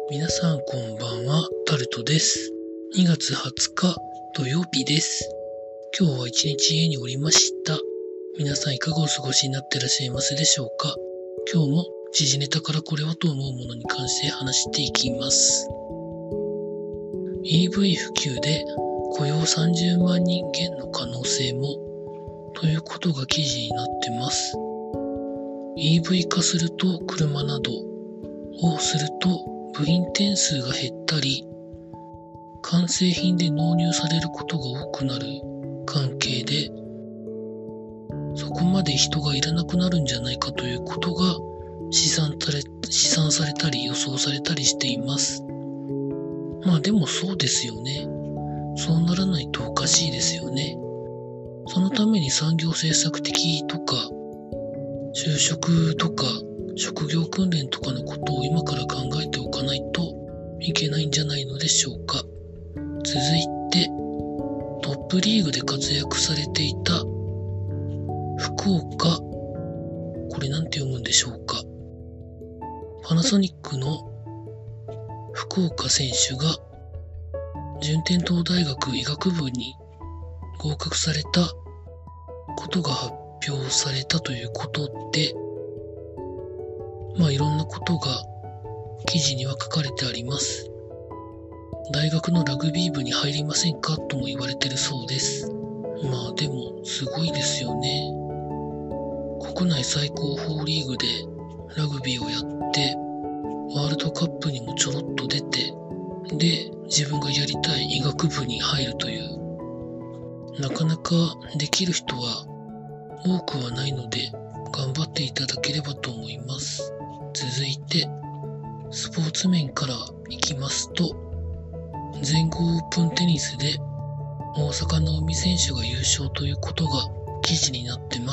皆さんこんばんは、タルトです。2月20日土曜日です。今日は一日家におりました。皆さんいかがお過ごしになっていらっしゃいますでしょうか。今日も時事ネタからこれはと思うものに関して話していきます。EV 普及で雇用30万人減の可能性もということが記事になってます。EV 化すると車などをすると部品点数が減ったり、完成品で納入されることが多くなる関係で、そこまで人がいらなくなるんじゃないかということが試算されたり予想されたりしています。まあでもそうですよね。そうならないとおかしいですよね。そのために産業政策的とか、就職とか、職業訓練とかのことを今から考えておかないといけないんじゃないのでしょうか。続いて、トップリーグで活躍されていた福岡、これなんて読むんでしょうか。パナソニックの福岡選手が順天堂大学医学部に合格されたことが発表されたということで、いろんなことが記事には書かれてあります。大学のラグビー部に入りませんかとも言われてるそうです。でもすごいですよね。国内最高峰リーグでラグビーをやって、ワールドカップにもちょろっと出て、で、自分がやりたい医学部に入るという、なかなかできる人は多くはないので、頑張っていただければと思います。続いて、スポーツ面からいきますと、全豪オープンテニスで大坂なおみ選手が優勝ということが記事になってます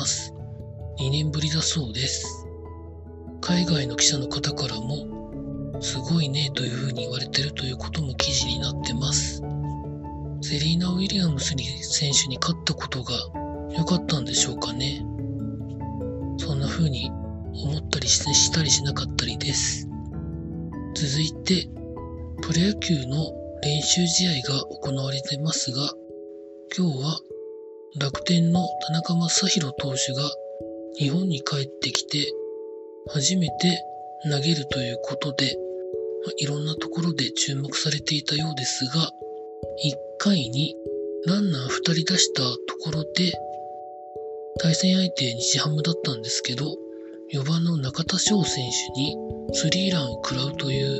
。2年ぶりだそうです。海外の記者の方からも、すごいねというふうに言われてるということも記事になってます。セリーナ・ウィリアムス選手に勝ったことが良かったんでしょうかね。そんな風に思ったりしたりしなかったりです。続いて、プロ野球の練習試合が行われてますが、今日は楽天の田中将大投手が日本に帰ってきて初めて投げるということで、いろんなところで注目されていたようですが、1回にランナー2人出したところで、対戦相手日ハムだったんですけど、4番の中田翔選手にスリーランを食らうという、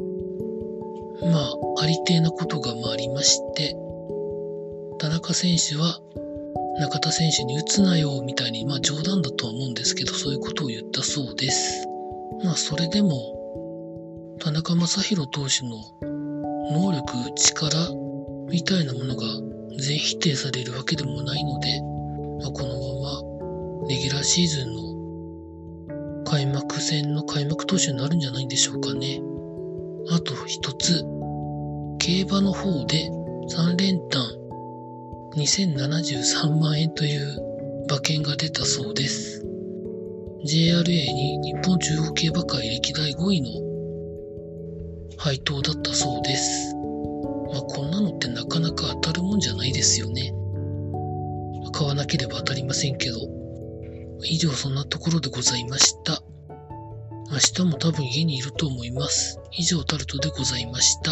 ありてえなことがありまして、田中選手は中田選手に打つなよみたいに、冗談だとは思うんですけど、そういうことを言ったそうです。それでも、田中将大投手の能力、力みたいなものが全否定されるわけでもないので、このままレギュラーシーズンの開幕戦の開幕投手になるんじゃないんでしょうかね。あと一つ、競馬の方で3連単2073万円という馬券が出たそうです。JRA に日本中央競馬会歴代5位の配当だったそうです。こんなのってなかなか当たるもんじゃないですよね。買わなければ当たりませんけど。以上そんなところでございました。明日も多分家にいると思います。以上タルトでございました。